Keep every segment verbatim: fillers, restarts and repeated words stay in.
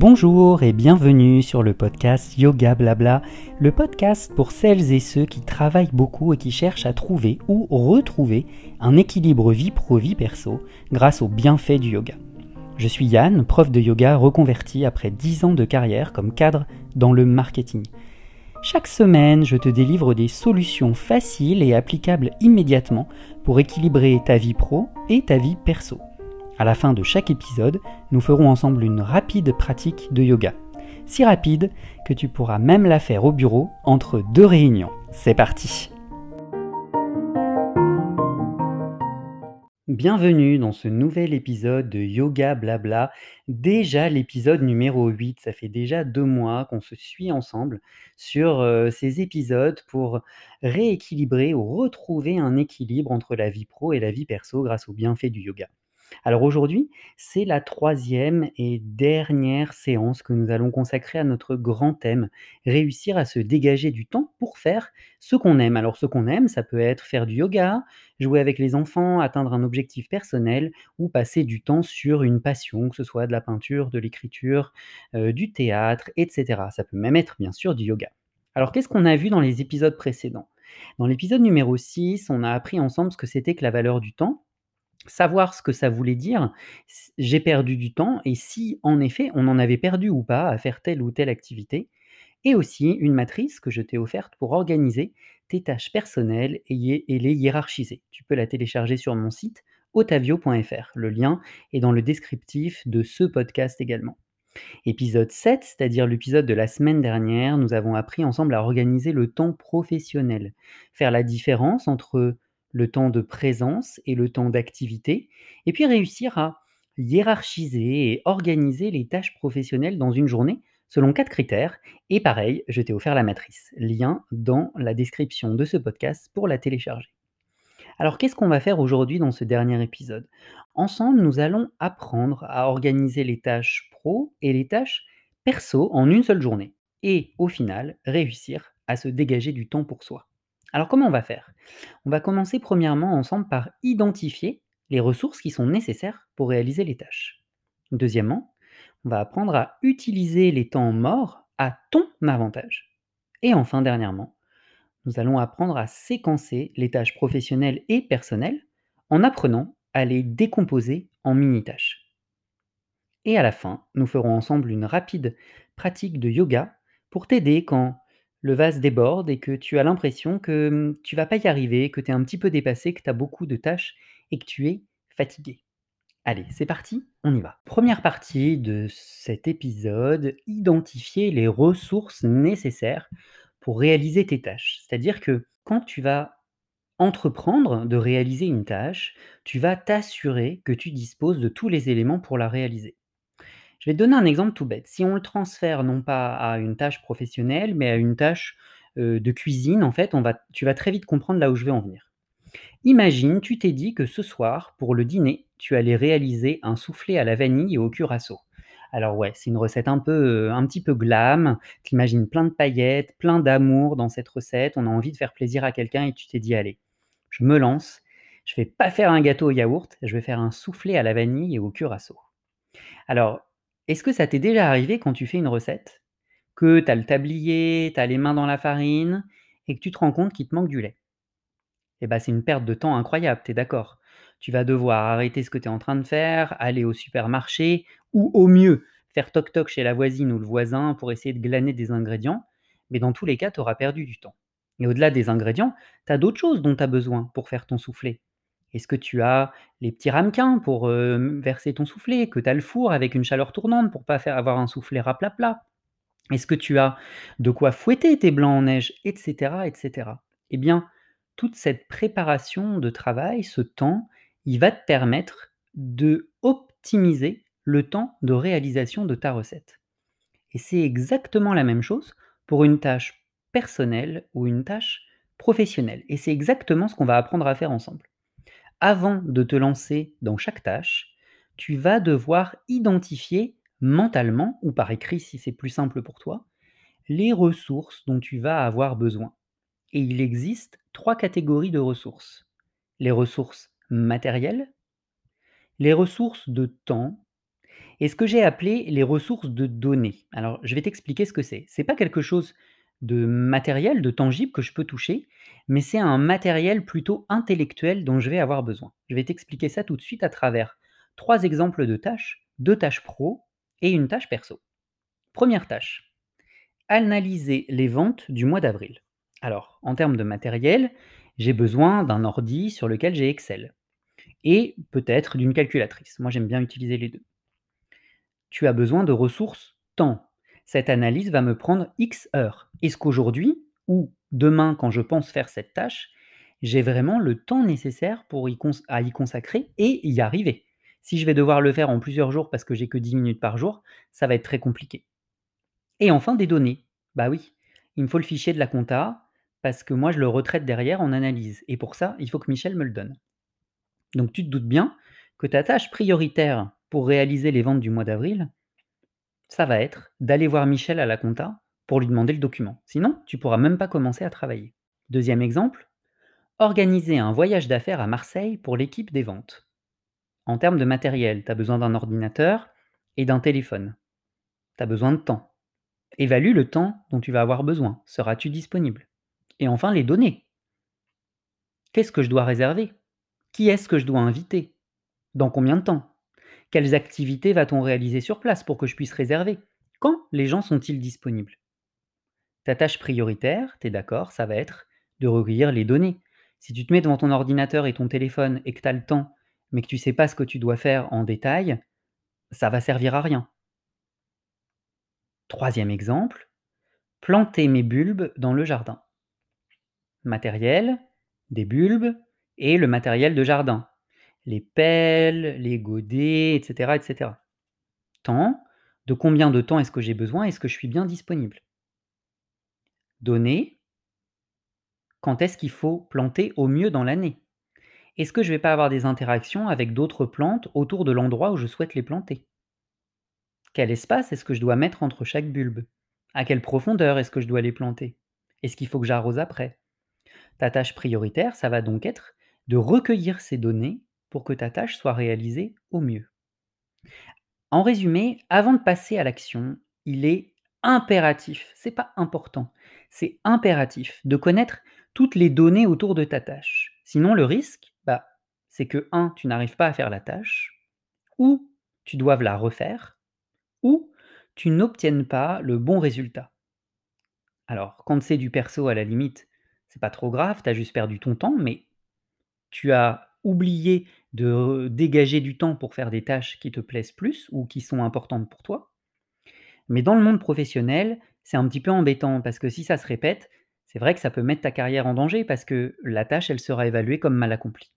Bonjour et bienvenue sur le podcast Yoga Blabla, le podcast pour celles et ceux qui travaillent beaucoup et qui cherchent à trouver ou retrouver un équilibre vie pro-vie perso grâce aux bienfaits du yoga. Je suis Yann, prof de yoga reconverti après dix ans de carrière comme cadre dans le marketing. Chaque semaine, je te délivre des solutions faciles et applicables immédiatement pour équilibrer ta vie pro et ta vie perso. À la fin de chaque épisode, nous ferons ensemble une rapide pratique de yoga. Si rapide que tu pourras même la faire au bureau entre deux réunions. C'est parti! Bienvenue dans ce nouvel épisode de Yoga Blabla, déjà l'épisode numéro huit. Ça fait déjà deux mois qu'on se suit ensemble sur euh, ces épisodes pour rééquilibrer ou retrouver un équilibre entre la vie pro et la vie perso grâce aux bienfaits du yoga. Alors aujourd'hui, c'est la troisième et dernière séance que nous allons consacrer à notre grand thème, réussir à se dégager du temps pour faire ce qu'on aime. Alors ce qu'on aime, ça peut être faire du yoga, jouer avec les enfants, atteindre un objectif personnel ou passer du temps sur une passion, que ce soit de la peinture, de l'écriture, euh, du théâtre, et cetera. Ça peut même être bien sûr du yoga. Alors qu'est-ce qu'on a vu dans les épisodes précédents? Dans l'épisode numéro six, on a appris ensemble ce que c'était que la valeur du temps. Savoir ce que ça voulait dire, s j'ai perdu du temps et si, en effet, on en avait perdu ou pas à faire telle ou telle activité et aussi une matrice que je t'ai offerte pour organiser tes tâches personnelles et hié et les hiérarchiser. Tu peux la télécharger sur mon site otavio point f r. Le lien est dans le descriptif de ce podcast également. Épisode sept, c'est-à-dire l'épisode de la semaine dernière, nous avons appris ensemble à organiser le temps professionnel. Faire la différence entre le temps de présence et le temps d'activité, et puis réussir à hiérarchiser et organiser les tâches professionnelles dans une journée selon quatre critères. Et pareil, je t'ai offert la matrice. Lien dans la description de ce podcast pour la télécharger. Alors qu'est-ce qu'on va faire aujourd'hui dans ce dernier épisode? Ensemble, nous allons apprendre à organiser les tâches pro et les tâches perso en une seule journée et au final, réussir à se dégager du temps pour soi. Alors comment on va faire? On va commencer premièrement ensemble par identifier les ressources qui sont nécessaires pour réaliser les tâches. Deuxièmement, on va apprendre à utiliser les temps morts à ton avantage. Et enfin, dernièrement, nous allons apprendre à séquencer les tâches professionnelles et personnelles en apprenant à les décomposer en mini-tâches. Et à la fin, nous ferons ensemble une rapide pratique de yoga pour t'aider quand le vase déborde et que tu as l'impression que hum, tu vas pas y arriver, que tu es un petit peu dépassé, que tu as beaucoup de tâches et que tu es fatigué. Allez, c'est parti, on y va. Première partie de cet épisode, identifier les ressources nécessaires pour réaliser tes tâches. C'est-à-dire que quand tu vas entreprendre de réaliser une tâche, tu vas t'assurer que tu disposes de tous les éléments pour la réaliser. Je vais te donner un exemple tout bête. Si on le transfère non pas à une tâche professionnelle, mais à une tâche euh, de cuisine, en fait, on va, tu vas très vite comprendre là où je vais en venir. Imagine, tu t'es dit que ce soir, pour le dîner, tu allais réaliser un soufflé à la vanille et au curaçao. Alors ouais, c'est une recette un peu, heu, un petit peu glam. Tu plein de paillettes, plein d'amour dans cette recette. On a envie de faire plaisir à quelqu'un et tu t'es dit: «Allez, je me lance. Je vais pas faire un gâteau au yaourt, je vais faire un soufflé à la vanille et au curaçao». Alors, est-ce que ça t'est déjà arrivé quand tu fais une recette, que tu as le tablier, tu as les mains dans la farine et que tu te rends compte qu'il te manque du lait? Eh bah, c'est une perte de temps incroyable, tu es d'accord? Tu vas devoir arrêter ce que tu es en train de faire, aller au supermarché ou au mieux, faire toc toc chez la voisine ou le voisin pour essayer de glaner des ingrédients, mais dans tous les cas, tu auras perdu du temps. Et au-delà des ingrédients, tu as d'autres choses dont tu as besoin pour faire ton soufflé. Est-ce que tu as les petits ramequins pour, heu, verser ton soufflé? Que tu as le four avec une chaleur tournante pour pas faire avoir un soufflé raplapla? Est-ce que tu as de quoi fouetter tes blancs en neige? Et cetera, et cetera. Eh bien, toute cette préparation de travail, ce temps, il va te permettre de optimiser le temps de réalisation de ta recette. Et c'est exactement la même chose pour une tâche personnelle ou une tâche professionnelle. Et c'est exactement ce qu'on va apprendre à faire ensemble. Avant de te lancer dans chaque tâche, tu vas devoir identifier mentalement, ou par écrit si c'est plus simple pour toi, les ressources dont tu vas avoir besoin. Et il existe trois catégories de ressources. Les ressources matérielles, les ressources de temps et ce que j'ai appelé les ressources de données. Alors, je vais t'expliquer ce que c'est. C'est pas quelque chose de matériel, de tangible que je peux toucher, mais c'est un matériel plutôt intellectuel dont je vais avoir besoin. Je vais t'expliquer ça tout de suite à travers trois exemples de tâches, deux tâches pro et une tâche perso. Première tâche, analyser les ventes du mois d'avril. Alors, en termes de matériel, j'ai besoin d'un ordi sur lequel j'ai Excel et peut-être d'une calculatrice. Moi, j'aime bien utiliser les deux. Tu as besoin de ressources temps. Cette analyse va me prendre X heures. Est-ce qu'aujourd'hui ou demain, quand je pense faire cette tâche, j'ai vraiment le temps nécessaire pour y cons- à y consacrer et y arriver? Si je vais devoir le faire en plusieurs jours parce que j'ai que dix minutes par jour, ça va être très compliqué. Et enfin, des données. Bah oui, il me faut le fichier de la compta parce que moi, je le retraite derrière en analyse. Et pour ça, il faut que Michel me le donne. Donc tu te doutes bien que ta tâche prioritaire pour réaliser les ventes du mois d'avril, ça va être d'aller voir Michel à la compta pour lui demander le document. Sinon, tu pourras même pas commencer à travailler. Deuxième exemple, organiser un voyage d'affaires à Marseille pour l'équipe des ventes. En termes de matériel, tu as besoin d'un ordinateur et d'un téléphone. Tu as besoin de temps. Évalue le temps dont tu vas avoir besoin. Seras-tu disponible? Et enfin, les données. Qu'est-ce que je dois réserver? Qui est-ce que je dois inviter? Dans combien de temps? Quelles activités va-t-on réaliser sur place pour que je puisse réserver? Quand les gens sont-ils disponibles? Ta tâche prioritaire, tu es d'accord, ça va être de recueillir les données. Si tu te mets devant ton ordinateur et ton téléphone et que tu as le temps, mais que tu ne sais pas ce que tu dois faire en détail, ça va servir à rien. Troisième exemple, planter mes bulbes dans le jardin. Matériel, des bulbes et le matériel de jardin. Les pelles, les godets, et cetera, et cetera. Temps, de combien de temps est-ce que j'ai besoin? Est-ce que je suis bien disponible? Données, quand est-ce qu'il faut planter au mieux dans l'année? Est-ce que je ne vais pas avoir des interactions avec d'autres plantes autour de l'endroit où je souhaite les planter? Quel espace est-ce que je dois mettre entre chaque bulbe? À quelle profondeur est-ce que je dois les planter? Est-ce qu'il faut que j'arrose après? Ta tâche prioritaire, ça va donc être de recueillir ces données pour que ta tâche soit réalisée au mieux. En résumé, avant de passer à l'action, il est impératif, c'est pas important, c'est impératif de connaître toutes les données autour de ta tâche. Sinon, le risque, bah, c'est que un, tu n'arrives pas à faire la tâche, ou tu doives la refaire, ou tu n'obtiennes pas le bon résultat. Alors, quand c'est du perso, à la limite, c'est pas trop grave, tu as juste perdu ton temps, mais tu as oublié de dégager du temps pour faire des tâches qui te plaisent plus ou qui sont importantes pour toi. Mais dans le monde professionnel, c'est un petit peu embêtant parce que si ça se répète, c'est vrai que ça peut mettre ta carrière en danger parce que la tâche, elle sera évaluée comme mal accomplie.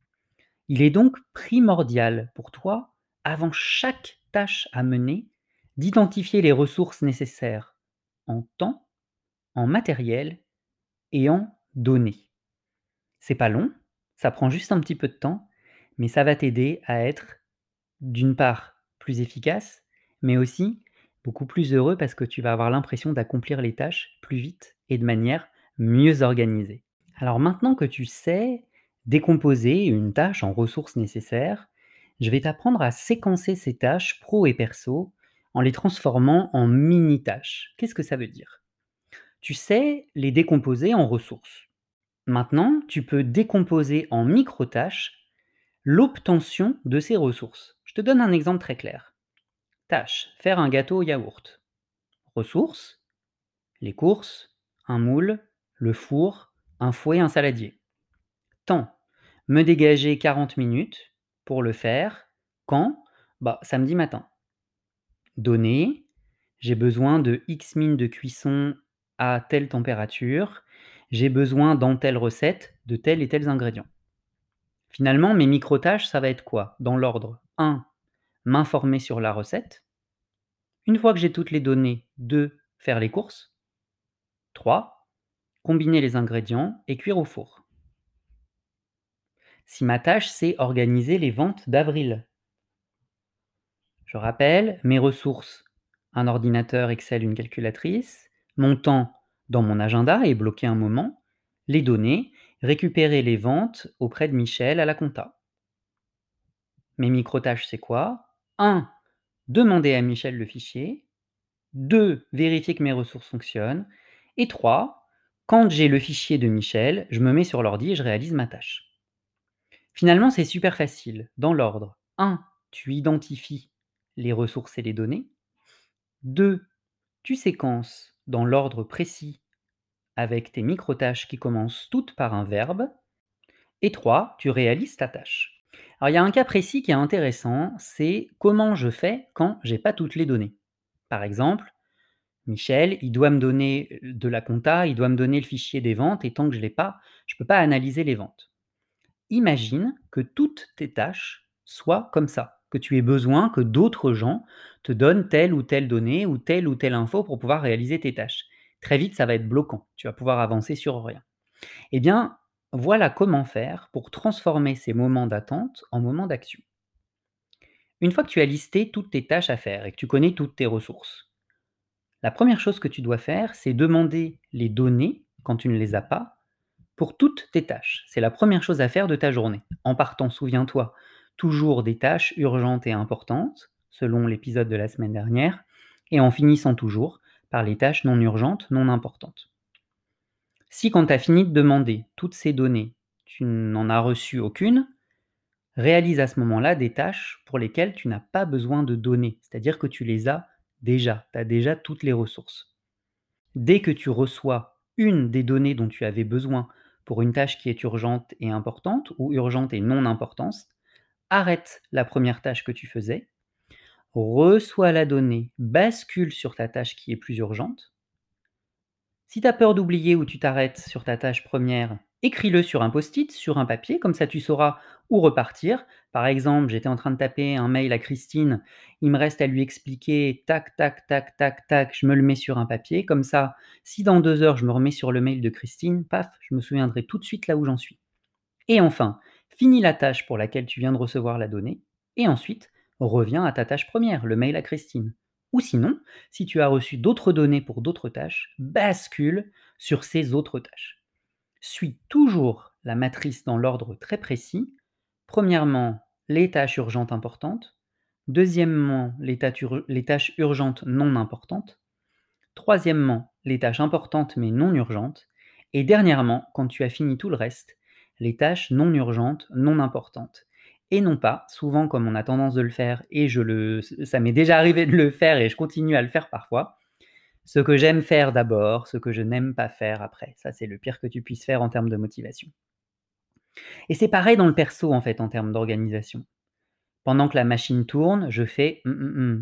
Il est donc primordial pour toi, avant chaque tâche à mener, d'identifier les ressources nécessaires en temps, en matériel et en données. C'est pas long, ça prend juste un petit peu de temps, mais ça va t'aider à être, d'une part, plus efficace, mais aussi beaucoup plus heureux parce que tu vas avoir l'impression d'accomplir les tâches plus vite et de manière mieux organisée. Alors maintenant que tu sais décomposer une tâche en ressources nécessaires, je vais t'apprendre à séquencer ces tâches pro et perso en les transformant en mini-tâches. Qu'est-ce que ça veut dire? Tu sais les décomposer en ressources. Maintenant, tu peux décomposer en micro-tâches l'obtention de ces ressources. Je te donne un exemple très clair. Tâche, faire un gâteau au yaourt. Ressources, les courses, un moule, le four, un fouet, un saladier. Temps, me dégager quarante minutes pour le faire. Quand? Bah, samedi matin. Données, j'ai besoin de X min de cuisson à telle température. J'ai besoin dans telle recette de tels et tels ingrédients. Finalement, mes micro-tâches, ça va être quoi? Dans l'ordre: un, m'informer sur la recette. Une fois que j'ai toutes les données, deux, faire les courses. trois, combiner les ingrédients et cuire au four. Si ma tâche, c'est organiser les ventes d'avril, je rappelle mes ressources: un ordinateur, Excel, une calculatrice, mon temps dans mon agenda et bloquer un moment, les données, récupérer les ventes auprès de Michel à la compta. Mes micro-tâches, c'est quoi? un, demander à Michel le fichier, deux vérifier que mes ressources fonctionnent et trois quand j'ai le fichier de Michel, je me mets sur l'ordi et je réalise ma tâche. Finalement, c'est super facile, dans l'ordre. un Tu identifies les ressources et les données. deux Tu séquences dans l'ordre précis avec tes micro-tâches qui commencent toutes par un verbe. Et trois Tu réalises ta tâche. Alors, il y a un cas précis qui est intéressant, c'est comment je fais quand j'ai pas toutes les données. Par exemple, Michel, il doit me donner de la compta, il doit me donner le fichier des ventes et tant que je l'ai pas, je peux pas analyser les ventes. Imagine que toutes tes tâches soient comme ça, que tu aies besoin que d'autres gens te donnent telle ou telle donnée ou telle ou telle info pour pouvoir réaliser tes tâches. Très vite, ça va être bloquant, tu vas pouvoir avancer sur rien. Eh bien, voilà comment faire pour transformer ces moments d'attente en moments d'action. Une fois que tu as listé toutes tes tâches à faire et que tu connais toutes tes ressources, la première chose que tu dois faire, c'est demander les données, quand tu ne les as pas, pour toutes tes tâches. C'est la première chose à faire de ta journée. En partant, souviens-toi, toujours des tâches urgentes et importantes, selon l'épisode de la semaine dernière, et en finissant toujours par les tâches non urgentes, non importantes. Si quand tu as fini de demander toutes ces données, tu n'en as reçu aucune, réalise à ce moment-là des tâches pour lesquelles tu n'as pas besoin de données, c'est-à-dire que tu les as déjà, tu as déjà toutes les ressources. Dès que tu reçois une des données dont tu avais besoin pour une tâche qui est urgente et importante, ou urgente et non importante, arrête la première tâche que tu faisais, reçois la donnée, bascule sur ta tâche qui est plus urgente. Si tu as peur d'oublier ou tu t'arrêtes sur ta tâche première, écris-le sur un post-it, sur un papier, comme ça tu sauras où repartir. Par exemple, j'étais en train de taper un mail à Christine, il me reste à lui expliquer, tac, tac, tac, tac, tac, je me le mets sur un papier. Comme ça, si dans deux heures je me remets sur le mail de Christine, paf, je me souviendrai tout de suite là où j'en suis. Et enfin, finis la tâche pour laquelle tu viens de recevoir la donnée, et ensuite, reviens à ta tâche première, le mail à Christine. Ou sinon, si tu as reçu d'autres données pour d'autres tâches, bascule sur ces autres tâches. Suis toujours la matrice dans l'ordre très précis. Premièrement, les tâches urgentes importantes. Deuxièmement, les tâches, ur- les tâches urgentes non importantes. Troisièmement, les tâches importantes mais non urgentes. Et dernièrement, quand tu as fini tout le reste, les tâches non urgentes, non importantes. Et non pas, souvent comme on a tendance de le faire, et je le, ça m'est déjà arrivé de le faire et je continue à le faire parfois, ce que j'aime faire d'abord, ce que je n'aime pas faire après. Ça, c'est le pire que tu puisses faire en termes de motivation. Et c'est pareil dans le perso, en fait, en termes d'organisation. Pendant que la machine tourne, je fais hum, hum, hum.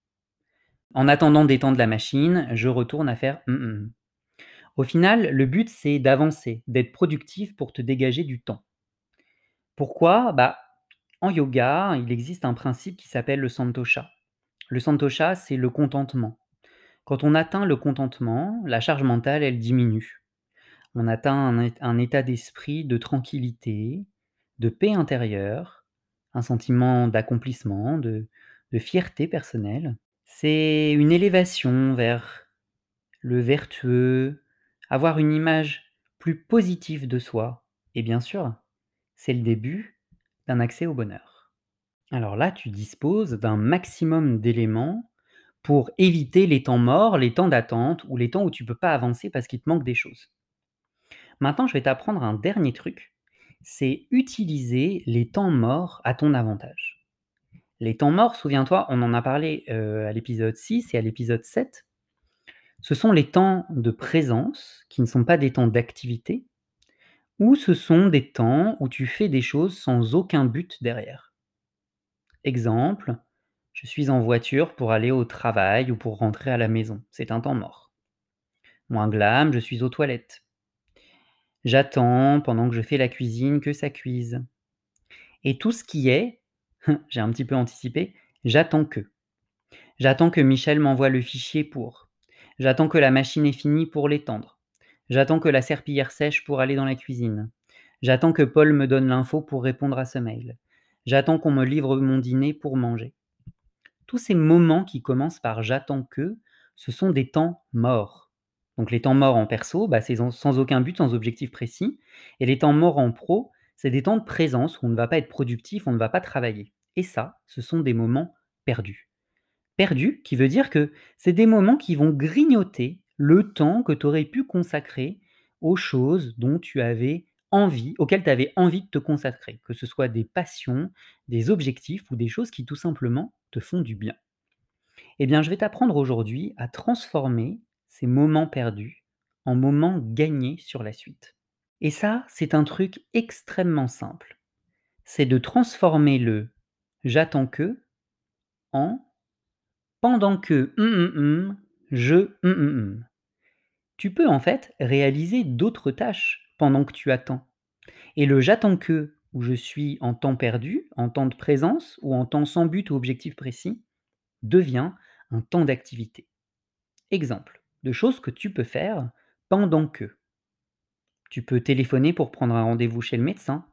En attendant d'étendre la machine, je retourne à faire hum, hum. Au final, le but, c'est d'avancer, d'être productif pour te dégager du temps. Pourquoi? Bah, en yoga, il existe un principe qui s'appelle le santosha. Le santosha, c'est le contentement. Quand on atteint le contentement, la charge mentale, elle diminue. On atteint un, é- un état d'esprit de tranquillité, de paix intérieure, un sentiment d'accomplissement, de, de fierté personnelle. C'est une élévation vers le vertueux, avoir une image plus positive de soi. Et bien sûr, c'est le début d'un accès au bonheur. Alors là, tu disposes d'un maximum d'éléments pour éviter les temps morts, les temps d'attente ou les temps où tu ne peux pas avancer parce qu'il te manque des choses. Maintenant, je vais t'apprendre un dernier truc, c'est utiliser les temps morts à ton avantage. Les temps morts, souviens-toi, on en a parlé euh, à l'épisode six et à l'épisode sept. Ce sont les temps de présence qui ne sont pas des temps d'activité, ou ce sont des temps où tu fais des choses sans aucun but derrière. Exemple, je suis en voiture pour aller au travail ou pour rentrer à la maison. C'est un temps mort. Moins glam, je suis aux toilettes. J'attends pendant que je fais la cuisine que ça cuise. Et tout ce qui est, j'ai un petit peu anticipé, j'attends que. J'attends que Michel m'envoie le fichier pour. J'attends que la machine est finie pour l'étendre. J'attends que la serpillière sèche pour aller dans la cuisine. J'attends que Paul me donne l'info pour répondre à ce mail. J'attends qu'on me livre mon dîner pour manger. Tous ces moments qui commencent par j'attends que, ce sont des temps morts. Donc les temps morts en perso, bah, c'est sans sans aucun but, sans objectif précis. Et les temps morts en pro, c'est des temps de présence où on ne va pas être productif, on ne va pas travailler. Et ça, ce sont des moments perdus. Perdu, qui veut dire que c'est des moments qui vont grignoter le temps que tu aurais pu consacrer aux choses dont tu avais envie auxquelles tu avais envie de te consacrer, que ce soit des passions, des objectifs ou des choses qui tout simplement te font du bien. Eh bien, je vais t'apprendre aujourd'hui à transformer ces moments perdus en moments gagnés sur la suite. Et ça, c'est un truc extrêmement simple. C'est de transformer le «j'attends que» en «pendant que hum, hum, hum, je hum, hum, hum». Tu peux en fait réaliser d'autres tâches pendant que tu attends. Et le «j'attends que» où je suis en temps perdu, en temps de présence ou en temps sans but ou objectif précis, devient un temps d'activité. Exemple de choses que tu peux faire pendant que. Tu peux téléphoner pour prendre un rendez-vous chez le médecin.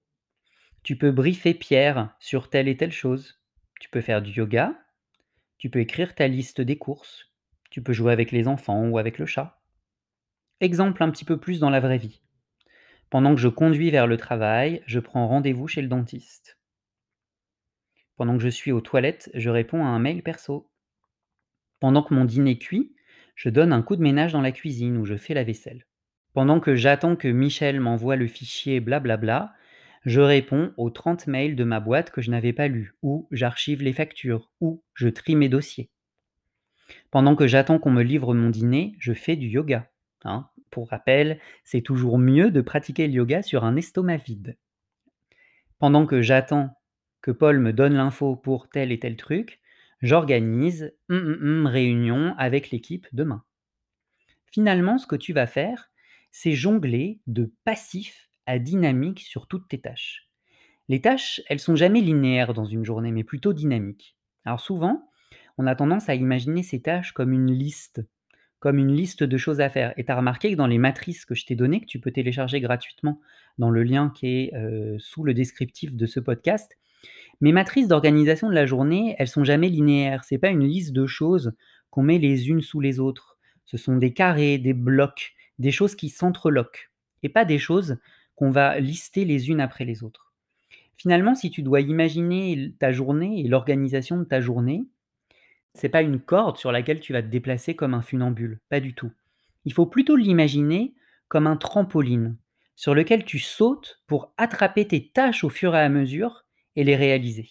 Tu peux briefer Pierre sur telle et telle chose. Tu peux faire du yoga. Tu peux écrire ta liste des courses. Tu peux jouer avec les enfants ou avec le chat. Exemple un petit peu plus dans la vraie vie. Pendant que je conduis vers le travail, je prends rendez-vous chez le dentiste. Pendant que je suis aux toilettes, je réponds à un mail perso. Pendant que mon dîner cuit, je donne un coup de ménage dans la cuisine ou je fais la vaisselle. Pendant que j'attends que Michel m'envoie le fichier blablabla, je réponds aux trente mails de ma boîte que je n'avais pas lus, ou j'archive les factures, ou je trie mes dossiers. Pendant que j'attends qu'on me livre mon dîner, je fais du yoga. Hein. Pour rappel, c'est toujours mieux de pratiquer le yoga sur un estomac vide. Pendant que j'attends que Paul me donne l'info pour tel et tel truc, j'organise hum, hum, hum, réunion avec l'équipe demain. Finalement, ce que tu vas faire, c'est jongler de passif à dynamique sur toutes tes tâches. Les tâches, elles sont jamais linéaires dans une journée, mais plutôt dynamiques. Alors souvent, on a tendance à imaginer ces tâches comme une liste, comme une liste de choses à faire. Et tu as remarqué que dans les matrices que je t'ai données, que tu peux télécharger gratuitement dans le lien qui est euh, sous le descriptif de ce podcast, mes matrices d'organisation de la journée, elles sont jamais linéaires. C'est pas une liste de choses qu'on met les unes sous les autres. Ce sont des carrés, des blocs, des choses qui s'entreloquent et pas des choses qu'on va lister les unes après les autres. Finalement, si tu dois imaginer ta journée et l'organisation de ta journée, c'est pas une corde sur laquelle tu vas te déplacer comme un funambule, pas du tout. Il faut plutôt l'imaginer comme un trampoline sur lequel tu sautes pour attraper tes tâches au fur et à mesure et les réaliser.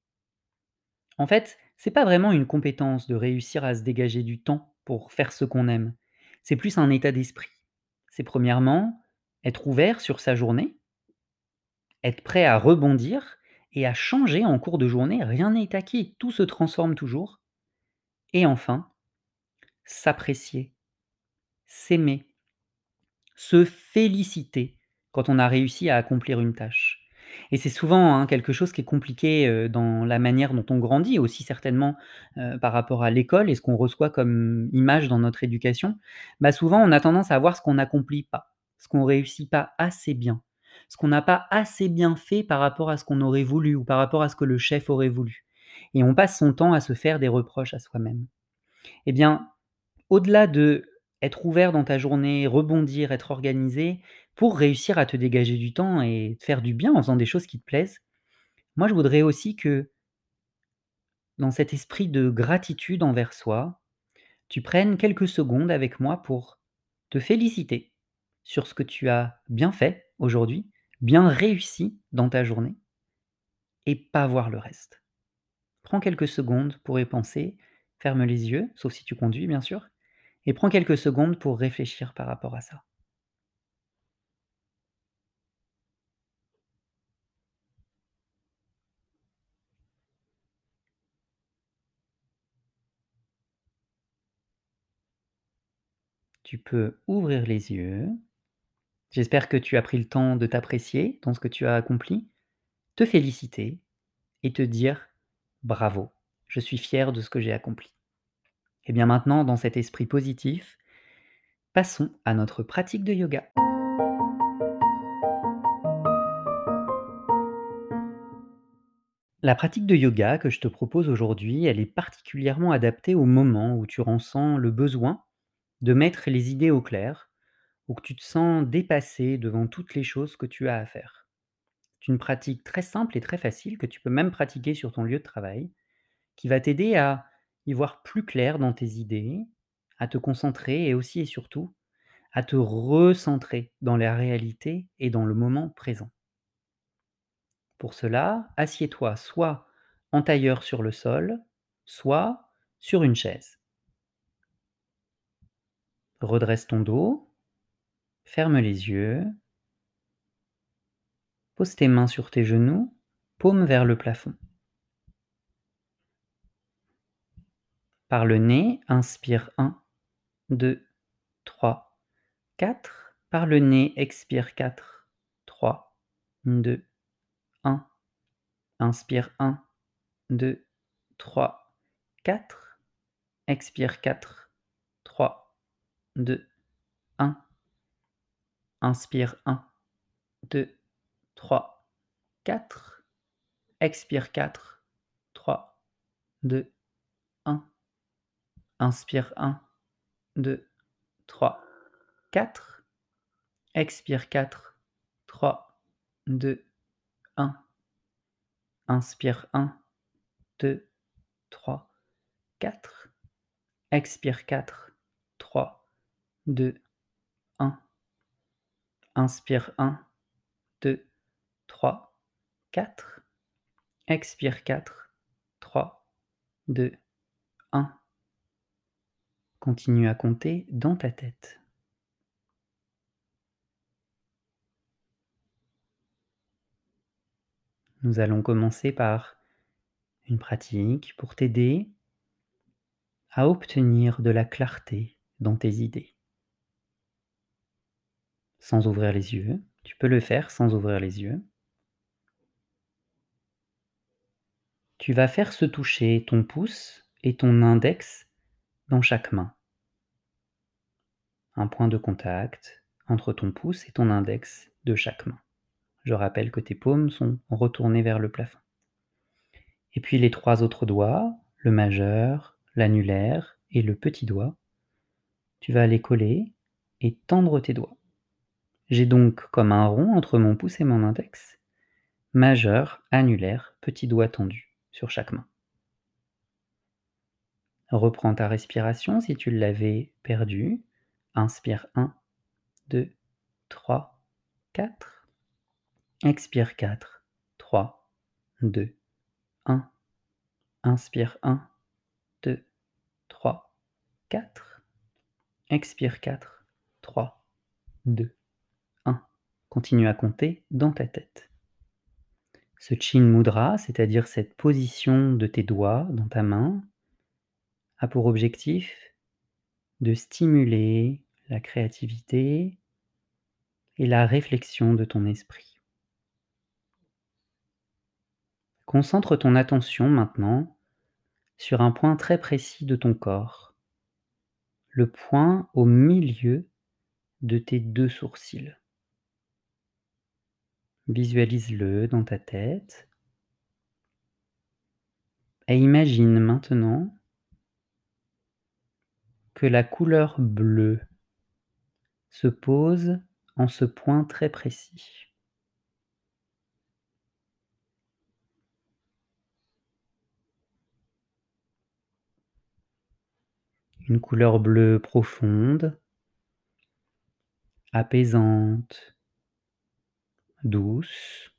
En fait, c'est pas vraiment une compétence de réussir à se dégager du temps pour faire ce qu'on aime. C'est plus un état d'esprit. C'est premièrement être ouvert sur sa journée, être prêt à rebondir et à changer en cours de journée. Rien n'est acquis, tout se transforme toujours. Et enfin, s'apprécier, s'aimer, se féliciter quand on a réussi à accomplir une tâche. Et c'est souvent, hein, quelque chose qui est compliqué, heu, dans la manière dont on grandit, aussi certainement, heu, par rapport à l'école et ce qu'on reçoit comme image dans notre éducation. Bah, souvent, on a tendance à voir ce qu'on n'accomplit pas, ce qu'on réussit pas assez bien, ce qu'on n'a pas assez bien fait par rapport à ce qu'on aurait voulu ou par rapport à ce que le chef aurait voulu. Et on passe son temps à se faire des reproches à soi-même. Eh bien, au-delà de être ouvert dans ta journée, rebondir, être organisé, pour réussir à te dégager du temps et te faire du bien en faisant des choses qui te plaisent, moi je voudrais aussi que, dans cet esprit de gratitude envers soi, tu prennes quelques secondes avec moi pour te féliciter sur ce que tu as bien fait aujourd'hui, bien réussi dans ta journée et pas voir le reste. Prends quelques secondes pour y penser, ferme les yeux, sauf si tu conduis bien sûr, et prends quelques secondes pour réfléchir par rapport à ça. Tu peux ouvrir les yeux. J'espère que tu as pris le temps de t'apprécier dans ce que tu as accompli, te féliciter et te dire: «Bravo, je suis fier de ce que j'ai accompli». Et bien maintenant, dans cet esprit positif, passons à notre pratique de yoga. La pratique de yoga que je te propose aujourd'hui, elle est particulièrement adaptée au moment où tu ressens le besoin de mettre les idées au clair, ou que tu te sens dépassé devant toutes les choses que tu as à faire. C'est une pratique très simple et très facile que tu peux même pratiquer sur ton lieu de travail, qui va t'aider à y voir plus clair dans tes idées, à te concentrer et aussi et surtout à te recentrer dans la réalité et dans le moment présent. Pour cela, assieds-toi soit en tailleur sur le sol, soit sur une chaise. Redresse ton dos, ferme les yeux, pose tes mains sur tes genoux, paume vers le plafond. Par le nez, inspire un, deux, trois, quatre. Par le nez, expire quatre, trois, deux, un. Inspire un, deux, trois, quatre. Expire quatre, trois, deux, un. Inspire un, deux, trois, quatre. Expire quatre, trois, deux, un. Inspire un, deux, trois, quatre. Expire quatre, trois, deux, un. Inspire un, deux, trois, quatre. Expire quatre, trois, deux, un. Inspire un, deux, trois, quatre. Expire quatre, trois, deux, un. Continue à compter dans ta tête. Nous allons commencer par une pratique pour t'aider à obtenir de la clarté dans tes idées. Sans ouvrir les yeux, tu peux le faire sans ouvrir les yeux. Tu vas faire se toucher ton pouce et ton index dans chaque main. Un point de contact entre ton pouce et ton index de chaque main. Je rappelle que tes paumes sont retournées vers le plafond. Et puis les trois autres doigts, le majeur, l'annulaire et le petit doigt, tu vas les coller et tendre tes doigts. J'ai donc comme un rond entre mon pouce et mon index, majeur, annulaire, petit doigt tendu sur chaque main. Reprends ta respiration si tu l'avais perdue. Inspire un, deux, trois, quatre. Expire quatre, trois, deux, un. Inspire un, deux, trois, quatre. Expire quatre, trois, deux, un. Continue à compter dans ta tête. Ce Chin Mudra, c'est-à-dire cette position de tes doigts dans ta main, a pour objectif de stimuler la créativité et la réflexion de ton esprit. Concentre ton attention maintenant sur un point très précis de ton corps, le point au milieu de tes deux sourcils. Visualise-le dans ta tête et imagine maintenant que la couleur bleue se pose en ce point très précis. Une couleur bleue profonde, apaisante, douce.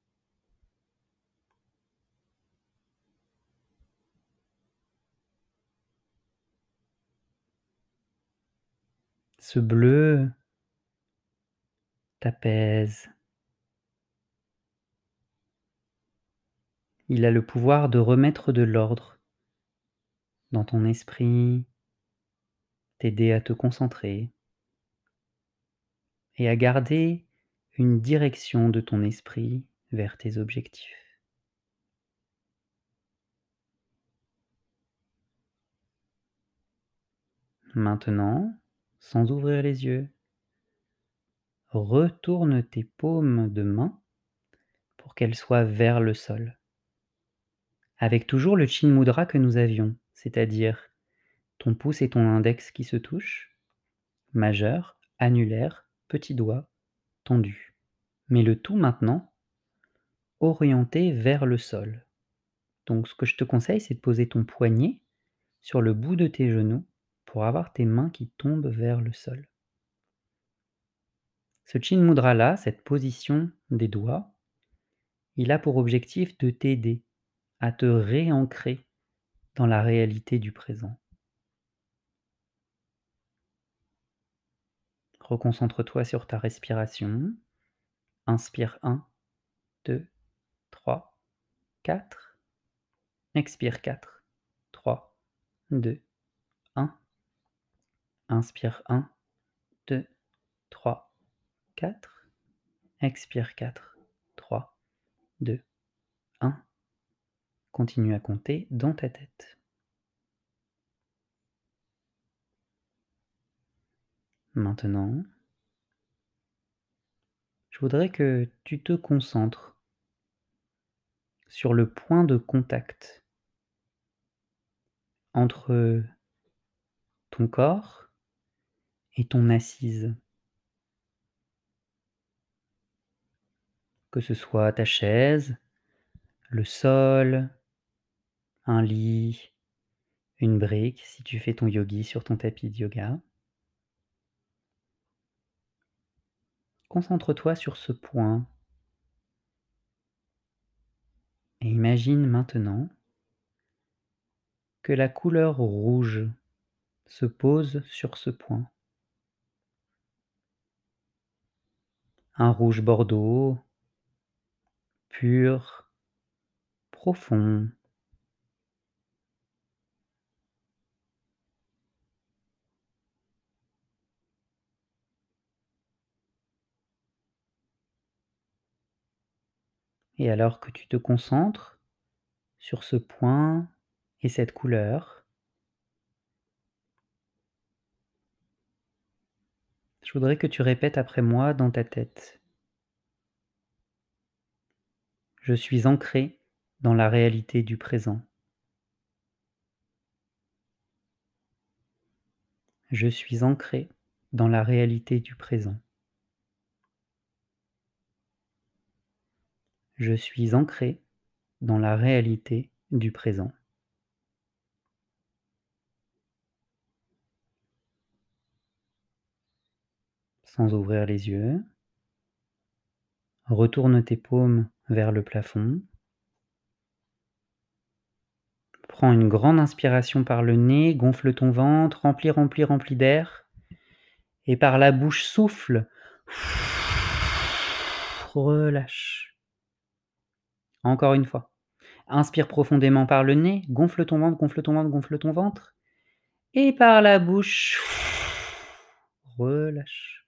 Ce bleu t'apaise. Il a le pouvoir de remettre de l'ordre dans ton esprit, t'aider à te concentrer et à garder une direction de ton esprit vers tes objectifs. Maintenant, sans ouvrir les yeux, retourne tes paumes de main pour qu'elles soient vers le sol. Avec toujours le Chin Mudra que nous avions, c'est-à-dire ton pouce et ton index qui se touchent, majeur, annulaire, petit doigt, tendu. Mais le tout maintenant orienté vers le sol. Donc ce que je te conseille, c'est de poser ton poignet sur le bout de tes genoux pour avoir tes mains qui tombent vers le sol. Ce Chin Mudra-là, cette position des doigts, il a pour objectif de t'aider à te réancrer dans la réalité du présent. Reconcentre-toi sur ta respiration. Inspire un, deux, trois, quatre. Expire quatre, trois, deux, un. Inspire un, deux, trois, quatre. Expire quatre, trois, deux, un. Continue à compter dans ta tête. Maintenant, je voudrais que tu te concentres sur le point de contact entre ton corps et ton assise. Que ce soit ta chaise, le sol, un lit, une brique si tu fais ton yogi sur ton tapis de yoga. Concentre-toi sur ce point et imagine maintenant que la couleur rouge se pose sur ce point. Un rouge bordeaux, pur, profond. Et alors que tu te concentres sur ce point et cette couleur, je voudrais que tu répètes après moi dans ta tête. Je suis ancré dans la réalité du présent. Je suis ancré dans la réalité du présent. Je suis ancré dans la réalité du présent. Sans ouvrir les yeux, retourne tes paumes vers le plafond. Prends une grande inspiration par le nez, gonfle ton ventre, remplis, remplis, remplis d'air. Et par la bouche, souffle. Relâche. Encore une fois. Inspire profondément par le nez, gonfle ton ventre, gonfle ton ventre, gonfle ton ventre. Et par la bouche, relâche.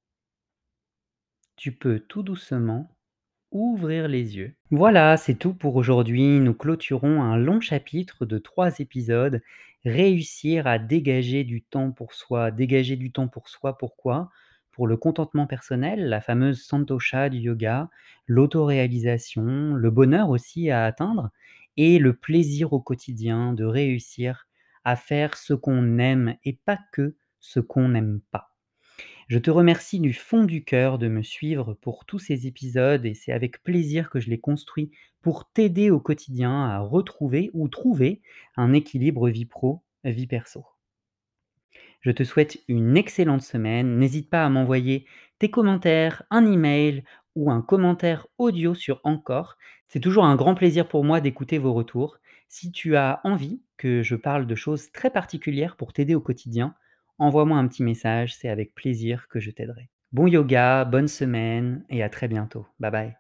Tu peux tout doucement ouvrir les yeux. Voilà, c'est tout pour aujourd'hui. Nous clôturons un long chapitre de trois épisodes. Réussir à dégager du temps pour soi. Dégager du temps pour soi, pourquoi ? Pour le contentement personnel, la fameuse santosha du yoga, l'autoréalisation, le bonheur aussi à atteindre et le plaisir au quotidien de réussir à faire ce qu'on aime et pas que ce qu'on n'aime pas. Je te remercie du fond du cœur de me suivre pour tous ces épisodes et c'est avec plaisir que je les construis pour t'aider au quotidien à retrouver ou trouver un équilibre vie pro, vie perso. Je te souhaite une excellente semaine. N'hésite pas à m'envoyer tes commentaires, un email ou un commentaire audio sur Encore. C'est toujours un grand plaisir pour moi d'écouter vos retours. Si tu as envie que je parle de choses très particulières pour t'aider au quotidien, envoie-moi un petit message, c'est avec plaisir que je t'aiderai. Bon yoga, bonne semaine et à très bientôt. Bye bye.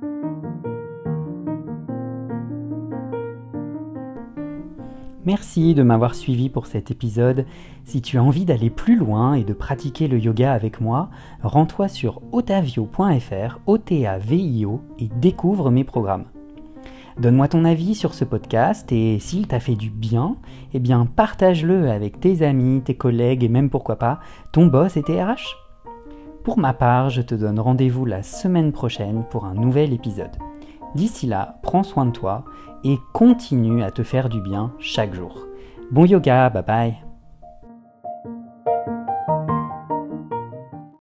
Merci de m'avoir suivi pour cet épisode. Si tu as envie d'aller plus loin et de pratiquer le yoga avec moi, rends-toi sur otavio point f r, O T A V I O, et découvre mes programmes. Donne-moi ton avis sur ce podcast et s'il t'a fait du bien, eh bien partage-le avec tes amis, tes collègues et même pourquoi pas ton boss et tes R H. Pour ma part, je te donne rendez-vous la semaine prochaine pour un nouvel épisode. D'ici là, prends soin de toi et continue à te faire du bien chaque jour. Bon yoga, bye bye.